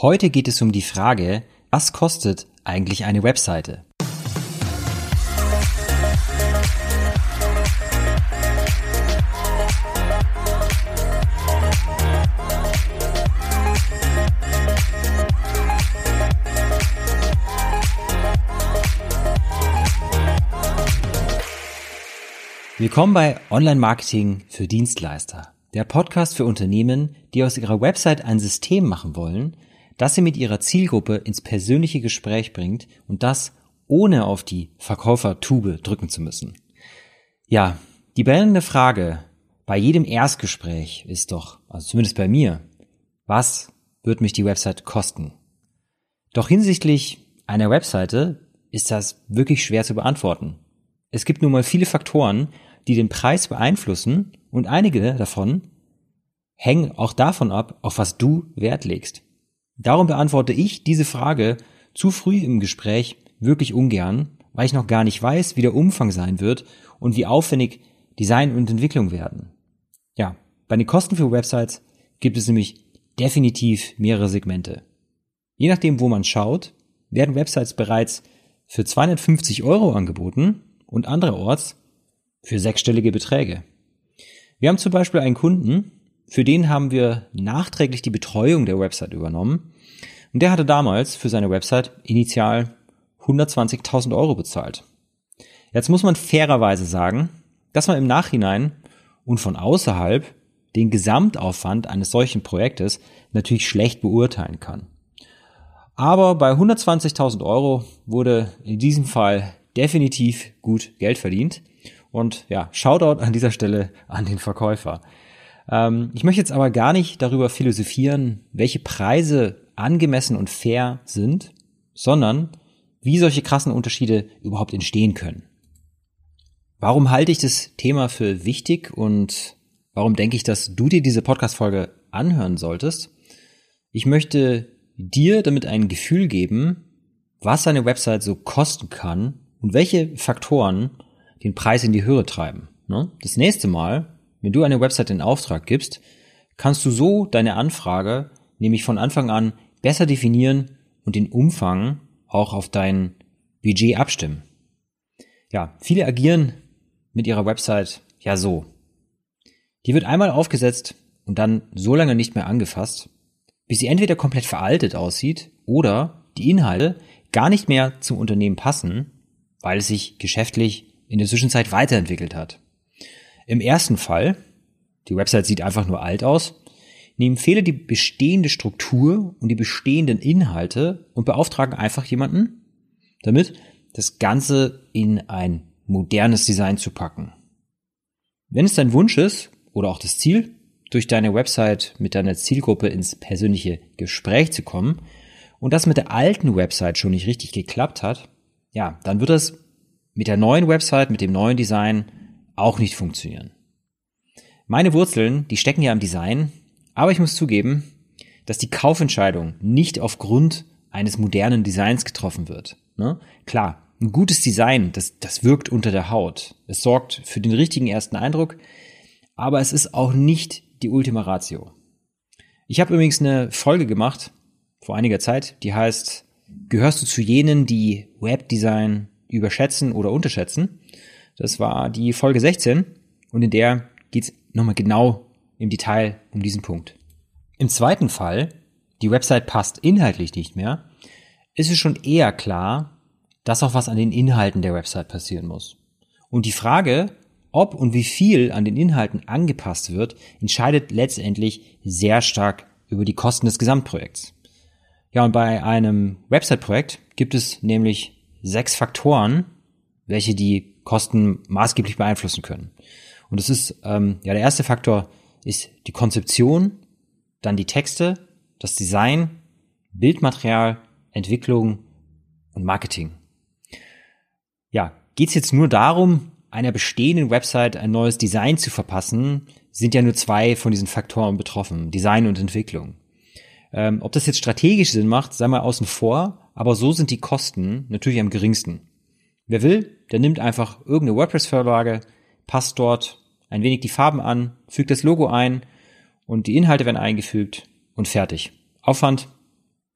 Heute geht es um die Frage, was kostet eigentlich eine Webseite? Willkommen bei Online-Marketing für Dienstleister, der Podcast für Unternehmen, die aus ihrer Website ein System machen wollen, das sie mit ihrer Zielgruppe ins persönliche Gespräch bringt und das ohne auf die Verkäufertube drücken zu müssen. Ja, die brennende Frage bei jedem Erstgespräch ist doch, also zumindest bei mir, was wird mich die Website kosten? Doch hinsichtlich einer Webseite ist das wirklich schwer zu beantworten. Es gibt nun mal viele Faktoren, die den Preis beeinflussen und einige davon hängen auch davon ab, auf was du Wert legst. Darum beantworte ich diese Frage zu früh im Gespräch wirklich ungern, weil ich noch gar nicht weiß, wie der Umfang sein wird und wie aufwendig Design und Entwicklung werden. Ja, bei den Kosten für Websites gibt es nämlich definitiv mehrere Segmente. Je nachdem, wo man schaut, werden Websites bereits für 250 € angeboten und andererorts für sechsstellige Beträge. Wir haben zum Beispiel einen Kunden, für den haben wir nachträglich die Betreuung der Website übernommen und der hatte damals für seine Website initial 120.000 € bezahlt. Jetzt muss man fairerweise sagen, dass man im Nachhinein und von außerhalb den Gesamtaufwand eines solchen Projektes natürlich schlecht beurteilen kann. Aber bei 120.000 € wurde in diesem Fall definitiv gut Geld verdient. Und ja, Shoutout an dieser Stelle an den Verkäufer. Ich möchte jetzt aber gar nicht darüber philosophieren, welche Preise angemessen und fair sind, sondern wie solche krassen Unterschiede überhaupt entstehen können. Warum halte ich das Thema für wichtig und warum denke ich, dass du dir diese Podcast-Folge anhören solltest? Ich möchte dir damit ein Gefühl geben, was eine Website so kosten kann und welche Faktoren den Preis in die Höhe treiben. Das nächste Mal, wenn du eine Website in Auftrag gibst, kannst du so deine Anfrage nämlich von Anfang an besser definieren und den Umfang auch auf dein Budget abstimmen. Ja, viele agieren mit ihrer Website ja so. Die wird einmal aufgesetzt und dann so lange nicht mehr angefasst, bis sie entweder komplett veraltet aussieht oder die Inhalte gar nicht mehr zum Unternehmen passen, weil es sich geschäftlich in der Zwischenzeit weiterentwickelt hat. Im ersten Fall, die Website sieht einfach nur alt aus, nehmen viele die bestehende Struktur und die bestehenden Inhalte und beauftragen einfach jemanden, damit das Ganze in ein modernes Design zu packen. Wenn es dein Wunsch ist oder auch das Ziel, durch deine Website mit deiner Zielgruppe ins persönliche Gespräch zu kommen und das mit der alten Website schon nicht richtig geklappt hat, ja, dann wird das mit der neuen Website, mit dem neuen Design auch nicht funktionieren. Meine Wurzeln, die stecken ja im Design, aber ich muss zugeben, dass die Kaufentscheidung nicht aufgrund eines modernen Designs getroffen wird. Klar, ein gutes Design, das wirkt unter der Haut. Es sorgt für den richtigen ersten Eindruck, aber es ist auch nicht die Ultima Ratio. Ich habe übrigens eine Folge gemacht, vor einiger Zeit, die heißt, gehörst du zu jenen, die Webdesign überschätzen oder unterschätzen? Das war die Folge 16 und in der geht es nochmal genau im Detail um diesen Punkt. Im zweiten Fall, die Website passt inhaltlich nicht mehr, ist es schon eher klar, dass auch was an den Inhalten der Website passieren muss. Und die Frage, ob und wie viel an den Inhalten angepasst wird, entscheidet letztendlich sehr stark über die Kosten des Gesamtprojekts. Ja, und bei einem Website-Projekt gibt es nämlich 6 Faktoren, welche die Kosten maßgeblich beeinflussen können. Und das ist, der erste Faktor ist die Konzeption, dann die Texte, das Design, Bildmaterial, Entwicklung und Marketing. Ja, geht es jetzt nur darum, einer bestehenden Website ein neues Design zu verpassen, sind ja nur 2 von diesen Faktoren betroffen, Design und Entwicklung. Ob das jetzt strategisch Sinn macht, sei mal außen vor, aber so sind die Kosten natürlich am geringsten. Wer will, der nimmt einfach irgendeine WordPress-Vorlage, passt dort ein wenig die Farben an, fügt das Logo ein und die Inhalte werden eingefügt und fertig. Aufwand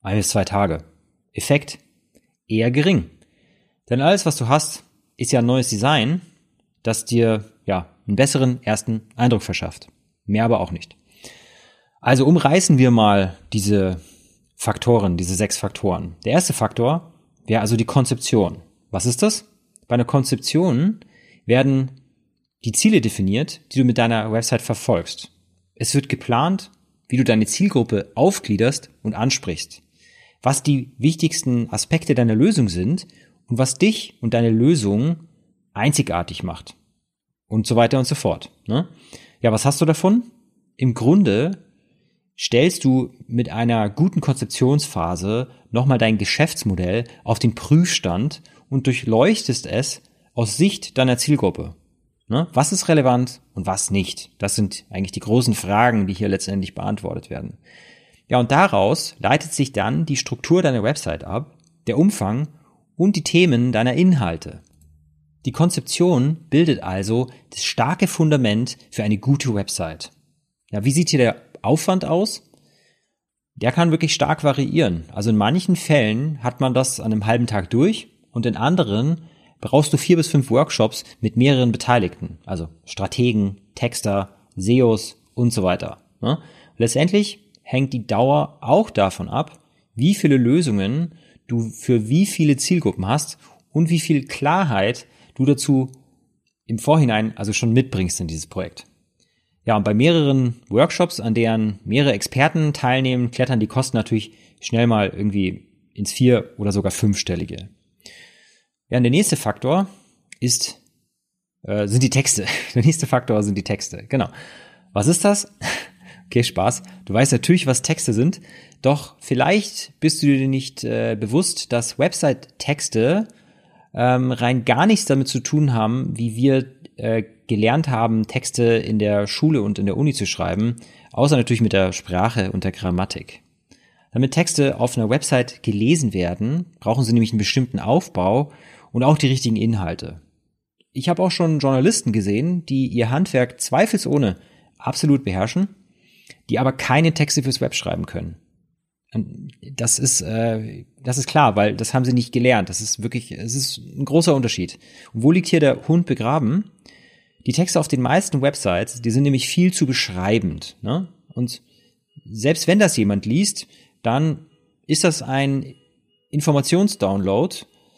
1 bis 2 Tage. Effekt eher gering. Denn alles, was du hast, ist ja ein neues Design, das dir einen besseren ersten Eindruck verschafft. Mehr aber auch nicht. Also umreißen wir mal diese Faktoren, diese 6 Faktoren. Der erste Faktor wäre also die Konzeption. Was ist das? Bei einer Konzeption werden die Ziele definiert, die du mit deiner Website verfolgst. Es wird geplant, wie du deine Zielgruppe aufgliederst und ansprichst, was die wichtigsten Aspekte deiner Lösung sind und was dich und deine Lösung einzigartig macht und so weiter und so fort. Ne? Ja, was hast du davon? Im Grunde stellst du mit einer guten Konzeptionsphase nochmal dein Geschäftsmodell auf den Prüfstand und durchleuchtest es aus Sicht deiner Zielgruppe. Ne? Was ist relevant und was nicht? Das sind eigentlich die großen Fragen, die hier letztendlich beantwortet werden. Ja, und daraus leitet sich dann die Struktur deiner Website ab, der Umfang und die Themen deiner Inhalte. Die Konzeption bildet also das starke Fundament für eine gute Website. Ja, wie sieht hier der Aufwand aus? Der kann wirklich stark variieren. Also in manchen Fällen hat man das an einem halben Tag durch und in anderen brauchst du 4 bis 5 Workshops mit mehreren Beteiligten, also Strategen, Texter, SEOs und so weiter. Ne? Letztendlich hängt die Dauer auch davon ab, wie viele Lösungen du für wie viele Zielgruppen hast und wie viel Klarheit du dazu im Vorhinein also schon mitbringst in dieses Projekt. Ja, und bei mehreren Workshops, an deren mehrere Experten teilnehmen, klettern die Kosten natürlich schnell mal irgendwie ins 4- oder sogar 5-stellige. Ja, und der nächste Faktor sind die Texte. Der nächste Faktor sind die Texte, genau. Was ist das? Okay, Spaß. Du weißt natürlich, was Texte sind, doch vielleicht bist du dir nicht bewusst, dass Website-Texte rein gar nichts damit zu tun haben, wie wir gelernt haben, Texte in der Schule und in der Uni zu schreiben, außer natürlich mit der Sprache und der Grammatik. Damit Texte auf einer Website gelesen werden, brauchen sie nämlich einen bestimmten Aufbau und auch die richtigen Inhalte. Ich habe auch schon Journalisten gesehen, die ihr Handwerk zweifelsohne absolut beherrschen, die aber keine Texte fürs Web schreiben können. Das ist klar, weil das haben sie nicht gelernt. Es ist ein großer Unterschied. Und wo liegt hier der Hund begraben? Die Texte auf den meisten Websites, die sind nämlich viel zu beschreibend, ne? Und selbst wenn das jemand liest, dann ist das ein Informationsdownload,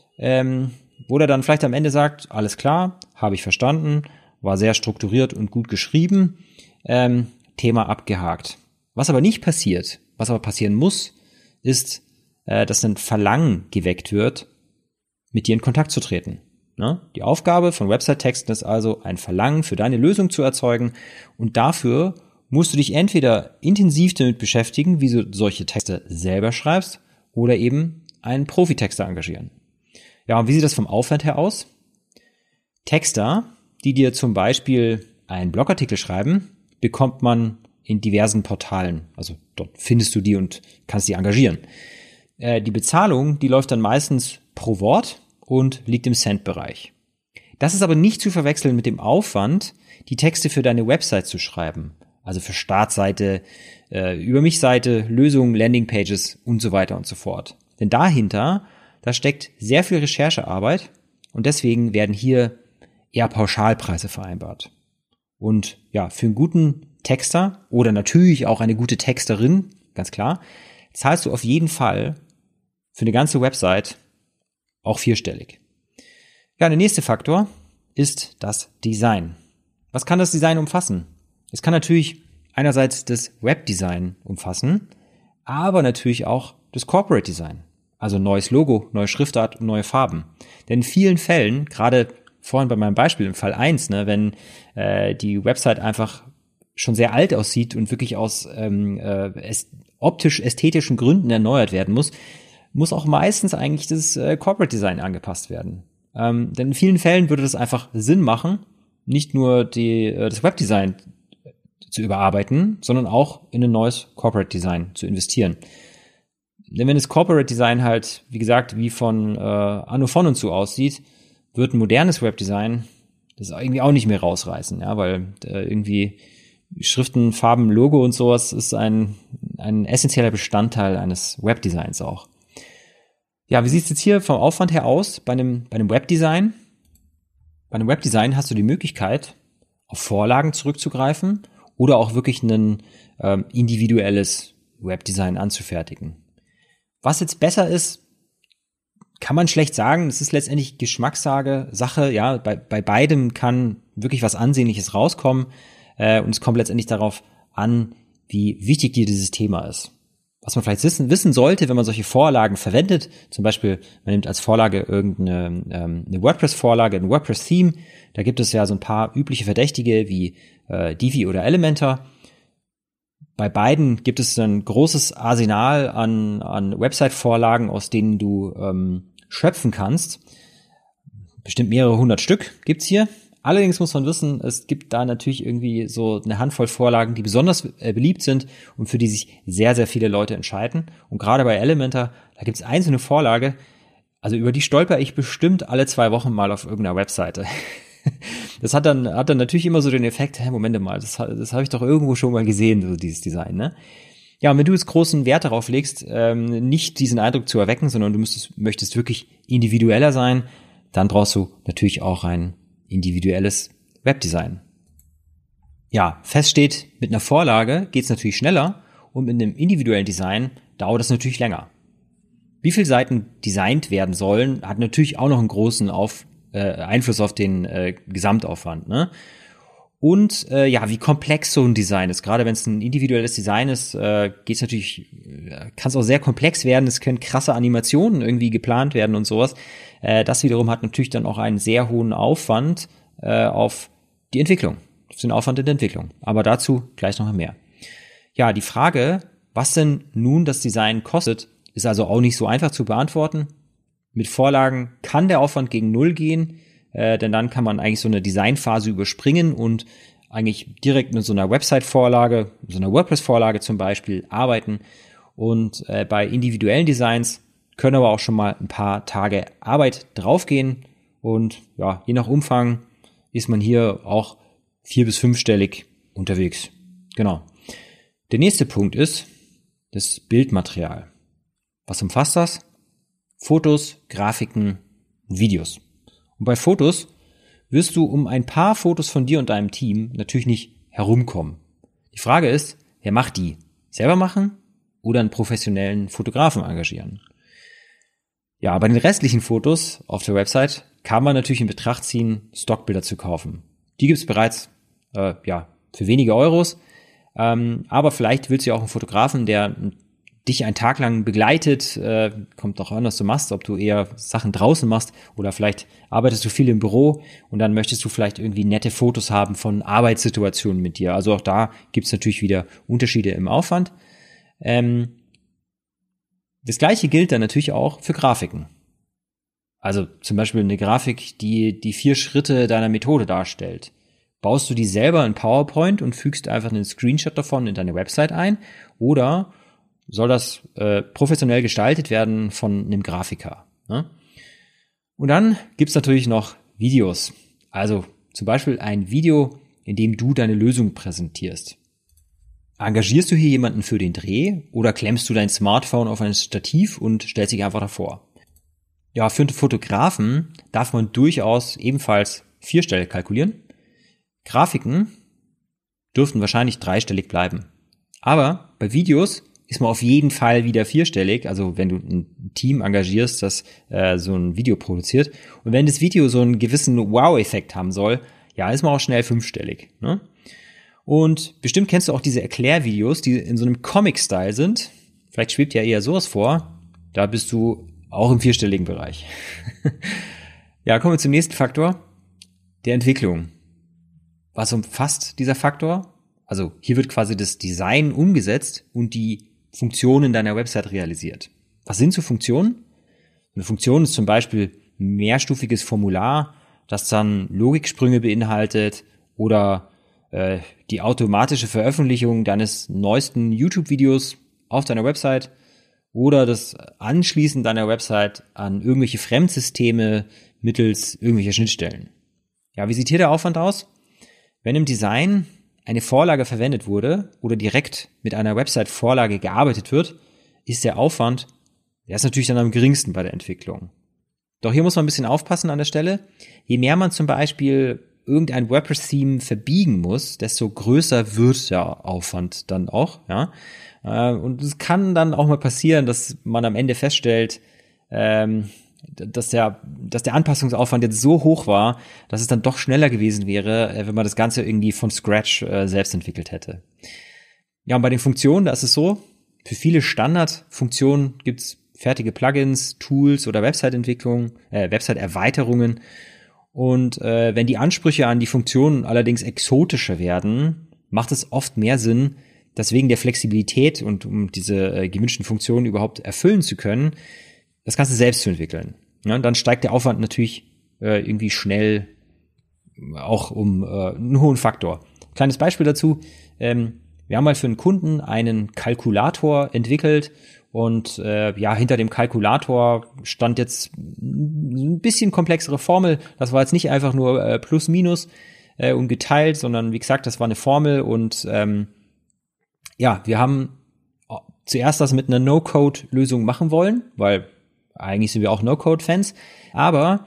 wo der dann vielleicht am Ende sagt, alles klar, habe ich verstanden, war sehr strukturiert und gut geschrieben, Thema abgehakt. Was aber nicht passiert, was aber passieren muss, ist, dass ein Verlangen geweckt wird, mit dir in Kontakt zu treten. Ne? Die Aufgabe von Website-Texten ist also, ein Verlangen für deine Lösung zu erzeugen und dafür musst du dich entweder intensiv damit beschäftigen, wie du solche Texte selber schreibst oder eben einen Profitexter engagieren. Ja, und wie sieht das vom Aufwand her aus? Texter, die dir zum Beispiel einen Blogartikel schreiben, bekommt man in diversen Portalen. Also dort findest du die und kannst die engagieren. Die Bezahlung, die läuft dann meistens pro Wort und liegt im Cent-Bereich. Das ist aber nicht zu verwechseln mit dem Aufwand, die Texte für deine Website zu schreiben. Also für Startseite, Über-mich-Seite, Lösungen, Landingpages und so weiter und so fort. Denn dahinter, da steckt sehr viel Recherchearbeit und deswegen werden hier eher Pauschalpreise vereinbart. Und ja, für einen guten Texter oder natürlich auch eine gute Texterin, ganz klar, zahlst du auf jeden Fall für eine ganze Website auch 4-stellig. Ja, der nächste Faktor ist das Design. Was kann das Design umfassen? Es kann natürlich einerseits das Webdesign umfassen, aber natürlich auch das Corporate Design. Also neues Logo, neue Schriftart und neue Farben. Denn in vielen Fällen, gerade vorhin bei meinem Beispiel im Fall 1, wenn die Website einfach schon sehr alt aussieht und wirklich aus optisch-ästhetischen Gründen erneuert werden muss auch meistens eigentlich das Corporate Design angepasst werden. Denn in vielen Fällen würde das einfach Sinn machen, nicht nur das Webdesign zu überarbeiten, sondern auch in ein neues Corporate Design zu investieren. Denn wenn das Corporate Design halt, wie gesagt, wie von Anno von und zu aussieht, wird ein modernes Webdesign das irgendwie auch nicht mehr rausreißen, ja, weil irgendwie Schriften, Farben, Logo und sowas ist ein ein essentieller Bestandteil eines Webdesigns auch. Ja, wie sieht es jetzt hier vom Aufwand her aus bei einem Webdesign? Bei einem Webdesign hast du die Möglichkeit, auf Vorlagen zurückzugreifen oder auch wirklich ein individuelles Webdesign anzufertigen. Was jetzt besser ist, kann man schlecht sagen. Das ist letztendlich Geschmackssache. Ja, bei beidem kann wirklich was Ansehnliches rauskommen. Und es kommt letztendlich darauf an, wie wichtig dir dieses Thema ist. Was man vielleicht wissen sollte, wenn man solche Vorlagen verwendet, zum Beispiel, man nimmt als Vorlage irgendeine eine WordPress-Vorlage, ein WordPress-Theme, da gibt es ja so ein paar übliche Verdächtige wie Divi oder Elementor. Bei beiden gibt es ein großes Arsenal an Website-Vorlagen, aus denen du schöpfen kannst. Bestimmt mehrere hundert Stück gibt's hier. Allerdings muss man wissen, es gibt da natürlich irgendwie so eine Handvoll Vorlagen, die besonders beliebt sind und für die sich sehr, sehr viele Leute entscheiden. Und gerade bei Elementor, da gibt's einzelne Vorlage, also über die stolper ich bestimmt alle 2 Wochen mal auf irgendeiner Webseite. Das hat dann natürlich immer so den Effekt, Moment mal, das habe ich doch irgendwo schon mal gesehen, so dieses Design, ne? Ja, und wenn du jetzt großen Wert darauf legst, nicht diesen Eindruck zu erwecken, sondern du möchtest wirklich individueller sein, dann brauchst du natürlich auch ein individuelles Webdesign. Ja, fest steht, mit einer Vorlage geht's natürlich schneller und mit einem individuellen Design dauert es natürlich länger. Wie viele Seiten designt werden sollen, hat natürlich auch noch einen großen Einfluss auf den Gesamtaufwand, ne? Und wie komplex so ein Design ist. Gerade wenn es ein individuelles Design ist, geht's natürlich, kann es auch sehr komplex werden. Es können krasse Animationen irgendwie geplant werden und sowas. Das wiederum hat natürlich dann auch einen sehr hohen Aufwand auf die Entwicklung, auf den Aufwand in der Entwicklung. Aber dazu gleich noch mehr. Ja, die Frage, was denn nun das Design kostet, ist also auch nicht so einfach zu beantworten. Mit Vorlagen kann der Aufwand gegen Null gehen, denn dann kann man eigentlich so eine Designphase überspringen und eigentlich direkt mit so einer Website-Vorlage, so einer WordPress-Vorlage zum Beispiel arbeiten. Und bei individuellen Designs können aber auch schon mal ein paar Tage Arbeit draufgehen. Und ja, je nach Umfang ist man hier auch 4- bis 5-stellig unterwegs. Genau. Der nächste Punkt ist das Bildmaterial. Was umfasst das? Fotos, Grafiken, Videos. Und bei Fotos wirst du um ein paar Fotos von dir und deinem Team natürlich nicht herumkommen. Die Frage ist, wer macht die? Selber machen oder einen professionellen Fotografen engagieren? Ja, bei den restlichen Fotos auf der Website kann man natürlich in Betracht ziehen, Stockbilder zu kaufen. Die gibt's bereits für wenige Euros. Aber vielleicht willst du ja auch einen Fotografen, der dich einen Tag lang begleitet, kommt auch an, was du machst, ob du eher Sachen draußen machst oder vielleicht arbeitest du viel im Büro und dann möchtest du vielleicht irgendwie nette Fotos haben von Arbeitssituationen mit dir. Also auch da gibt's natürlich wieder Unterschiede im Aufwand. Das Gleiche gilt dann natürlich auch für Grafiken. Also zum Beispiel eine Grafik, die 4 Schritte deiner Methode darstellt. Baust du die selber in PowerPoint und fügst einfach einen Screenshot davon in deine Website ein oder soll das professionell gestaltet werden von einem Grafiker, ne? Und dann gibt's natürlich noch Videos. Also zum Beispiel ein Video, in dem du deine Lösung präsentierst. Engagierst du hier jemanden für den Dreh oder klemmst du dein Smartphone auf ein Stativ und stellst dich einfach davor? Ja, für einen Fotografen darf man durchaus ebenfalls 4-stellig kalkulieren. Grafiken dürften wahrscheinlich 3-stellig bleiben. Aber bei Videos ist man auf jeden Fall wieder 4-stellig, also wenn du ein Team engagierst, das so ein Video produziert. Und wenn das Video so einen gewissen Wow-Effekt haben soll, ja, ist man auch schnell 5-stellig, ne? Und bestimmt kennst du auch diese Erklärvideos, die in so einem Comic-Style sind. Vielleicht schwebt ja eher sowas vor. Da bist du auch im 4-stelligen Bereich. Ja, kommen wir zum nächsten Faktor, der Entwicklung. Was umfasst dieser Faktor? Also hier wird quasi das Design umgesetzt und die Funktionen deiner Website realisiert. Was sind so Funktionen? Eine Funktion ist zum Beispiel ein mehrstufiges Formular, das dann Logiksprünge beinhaltet oder die automatische Veröffentlichung deines neuesten YouTube-Videos auf deiner Website oder das Anschließen deiner Website an irgendwelche Fremdsysteme mittels irgendwelcher Schnittstellen. Ja, wie sieht hier der Aufwand aus? Wenn im Design eine Vorlage verwendet wurde oder direkt mit einer Website-Vorlage gearbeitet wird, ist der Aufwand, der ist natürlich dann am geringsten bei der Entwicklung. Doch hier muss man ein bisschen aufpassen an der Stelle. Je mehr man zum Beispiel irgendein WordPress-Theme verbiegen muss, desto größer wird der Aufwand dann auch, ja. Und es kann dann auch mal passieren, dass man am Ende feststellt, dass der Anpassungsaufwand jetzt so hoch war, dass es dann doch schneller gewesen wäre, wenn man das Ganze irgendwie von Scratch selbst entwickelt hätte. Ja, und bei den Funktionen, da ist es so, für viele Standardfunktionen gibt's fertige Plugins, Tools oder Website-Erweiterungen. Und wenn die Ansprüche an die Funktionen allerdings exotischer werden, macht es oft mehr Sinn, dass wegen der Flexibilität und um diese gewünschten Funktionen überhaupt erfüllen zu können, das Ganze selbst zu entwickeln. Ja, und dann steigt der Aufwand natürlich irgendwie schnell auch um einen hohen Faktor. Kleines Beispiel dazu. Wir haben mal für einen Kunden einen Kalkulator entwickelt und hinter dem Kalkulator stand jetzt ein bisschen komplexere Formel. Das war jetzt nicht einfach nur Plus, Minus und geteilt, sondern wie gesagt, das war eine Formel und wir haben zuerst das mit einer No-Code-Lösung machen wollen, weil eigentlich sind wir auch No-Code-Fans, aber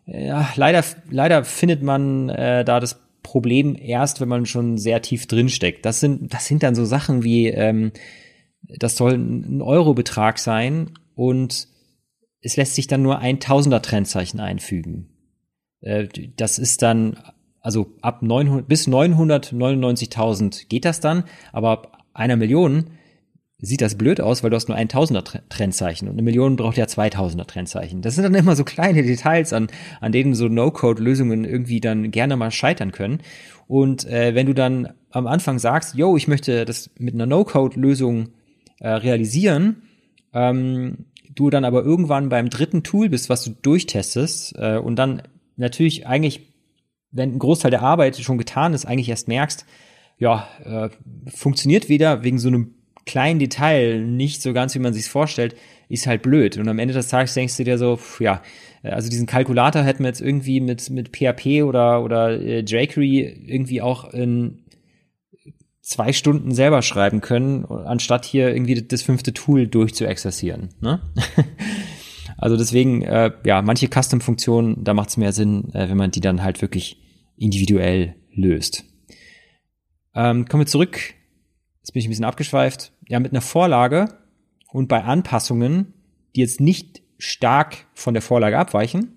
leider findet man da das Problem erst, wenn man schon sehr tief drin steckt. Das sind dann so Sachen wie, das soll ein Euro-Betrag sein und es lässt sich dann nur ein Tausender-Trennzeichen einfügen. Das ist dann, also ab 900 bis 999.000 geht das dann, aber ab 1 Million sieht das blöd aus, weil du hast nur ein Tausender-Trennzeichen und 1 Million braucht ja 2.000er-Trennzeichen. Das sind dann immer so kleine Details, an denen so No-Code-Lösungen irgendwie dann gerne mal scheitern können. Und wenn du dann am Anfang sagst, ich möchte das mit einer No-Code-Lösung realisieren, du dann aber irgendwann beim dritten Tool bist, was du durchtestest und dann natürlich eigentlich, wenn ein Großteil der Arbeit schon getan ist, eigentlich erst merkst, funktioniert wieder wegen so einem kleinen Detail nicht so ganz, wie man sich's vorstellt, ist halt blöd. Und am Ende des Tages denkst du dir so, also diesen Kalkulator hätten wir jetzt irgendwie mit PHP oder jQuery irgendwie auch in 2 Stunden selber schreiben können, anstatt hier irgendwie das 5. Tool durchzuexerzieren, ne? Also deswegen, manche Custom-Funktionen, da macht es mehr Sinn, wenn man die dann halt wirklich individuell löst. Kommen wir zurück. Jetzt bin ich ein bisschen abgeschweift. Ja, mit einer Vorlage und bei Anpassungen, die jetzt nicht stark von der Vorlage abweichen,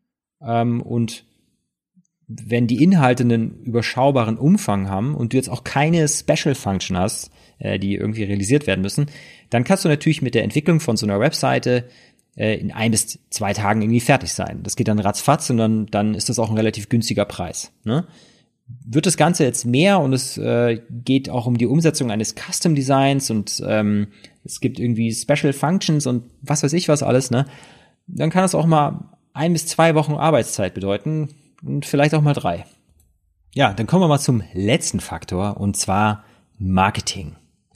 und wenn die Inhalte einen überschaubaren Umfang haben und du jetzt auch keine Special Function hast, die irgendwie realisiert werden müssen, dann kannst du natürlich mit der Entwicklung von so einer Webseite in 1 bis 2 Tagen irgendwie fertig sein. Das geht dann ratzfatz und dann ist das auch ein relativ günstiger Preis, ne? Wird das Ganze jetzt mehr und es geht auch um die Umsetzung eines Custom Designs und es gibt irgendwie Special Functions und was weiß ich was alles, ne? Dann kann das auch mal 1 bis 2 Wochen Arbeitszeit bedeuten und vielleicht auch mal 3. Ja, dann kommen wir mal zum letzten Faktor und zwar Marketing.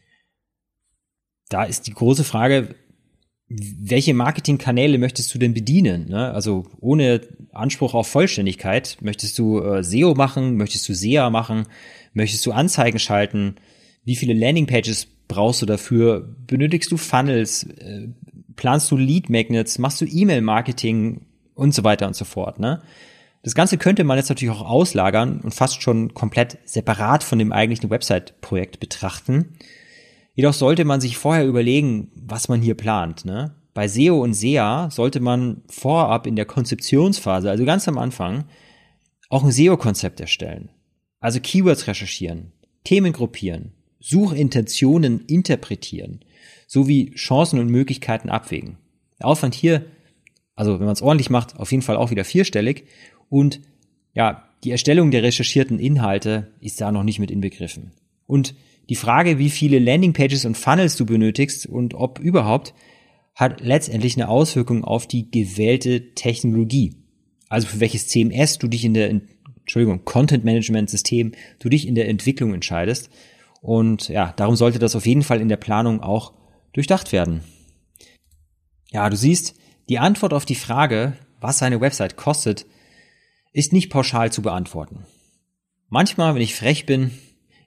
Da ist die große Frage, welche Marketingkanäle möchtest du denn bedienen? Ne? Also ohne Anspruch auf Vollständigkeit. Möchtest du SEO machen? Möchtest du SEA machen? Möchtest du Anzeigen schalten? Wie viele Landingpages brauchst du dafür? Benötigst du Funnels? Planst du Lead Magnets? Machst du E-Mail-Marketing? Und so weiter und so fort. Ne? Das Ganze könnte man jetzt natürlich auch auslagern und fast schon komplett separat von dem eigentlichen Website-Projekt betrachten. Jedoch sollte man sich vorher überlegen, was man hier plant, ne? Bei SEO und SEA sollte man vorab in der Konzeptionsphase, also ganz am Anfang, auch ein SEO-Konzept erstellen. Also Keywords recherchieren, Themen gruppieren, Suchintentionen interpretieren, sowie Chancen und Möglichkeiten abwägen. Der Aufwand hier, also wenn man es ordentlich macht, auf jeden Fall auch wieder 4-stellig und die Erstellung der recherchierten Inhalte ist da noch nicht mit inbegriffen. Und die Frage, wie viele Landingpages und Funnels du benötigst und ob überhaupt, hat letztendlich eine Auswirkung auf die gewählte Technologie. Also für welches CMS du dich Content-Management-System du dich in der Entwicklung entscheidest. Und darum sollte das auf jeden Fall in der Planung auch durchdacht werden. Ja, du siehst, die Antwort auf die Frage, was eine Website kostet, ist nicht pauschal zu beantworten. Manchmal, wenn ich frech bin,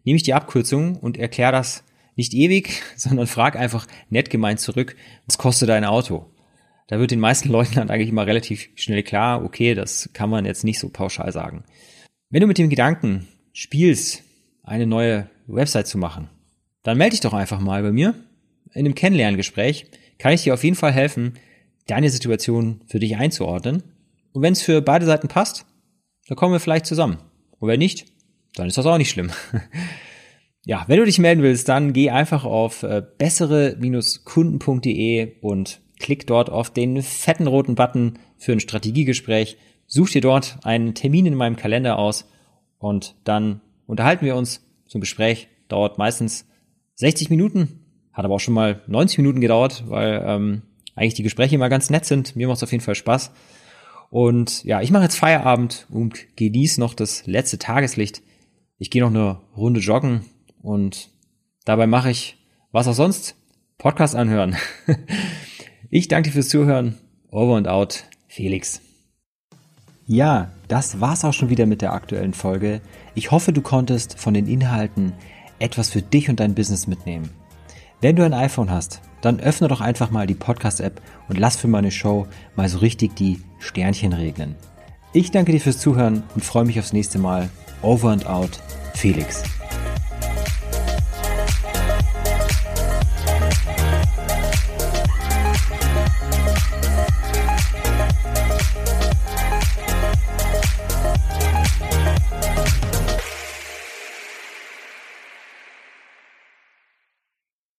nehme ich die Abkürzung und erkläre das nicht ewig, sondern frag einfach nett gemeint zurück, was kostet dein Auto? Da wird den meisten Leuten dann eigentlich immer relativ schnell klar, okay, das kann man jetzt nicht so pauschal sagen. Wenn du mit dem Gedanken spielst, eine neue Website zu machen, dann melde dich doch einfach mal bei mir. In einem Kennenlerngespräch kann ich dir auf jeden Fall helfen, deine Situation für dich einzuordnen. Und wenn es für beide Seiten passt, dann kommen wir vielleicht zusammen. Und wenn nicht, dann ist das auch nicht schlimm. Ja, wenn du dich melden willst, dann geh einfach auf bessere-kunden.de und klick dort auf den fetten roten Button für ein Strategiegespräch. Such dir dort einen Termin in meinem Kalender aus und dann unterhalten wir uns zum Gespräch. Dauert meistens 60 Minuten, hat aber auch schon mal 90 Minuten gedauert, weil eigentlich die Gespräche immer ganz nett sind. Mir macht es auf jeden Fall Spaß. Und ja, ich mache jetzt Feierabend und genieße noch das letzte Tageslicht. Ich gehe noch eine Runde joggen und dabei mache ich, was auch sonst, Podcast anhören. Ich danke dir fürs Zuhören. Over and out, Felix. Ja, das war's auch schon wieder mit der aktuellen Folge. Ich hoffe, du konntest von den Inhalten etwas für dich und dein Business mitnehmen. Wenn du ein iPhone hast, dann öffne doch einfach mal die Podcast-App und lass für meine Show mal so richtig die Sternchen regnen. Ich danke dir fürs Zuhören und freue mich aufs nächste Mal. Over and out, Felix.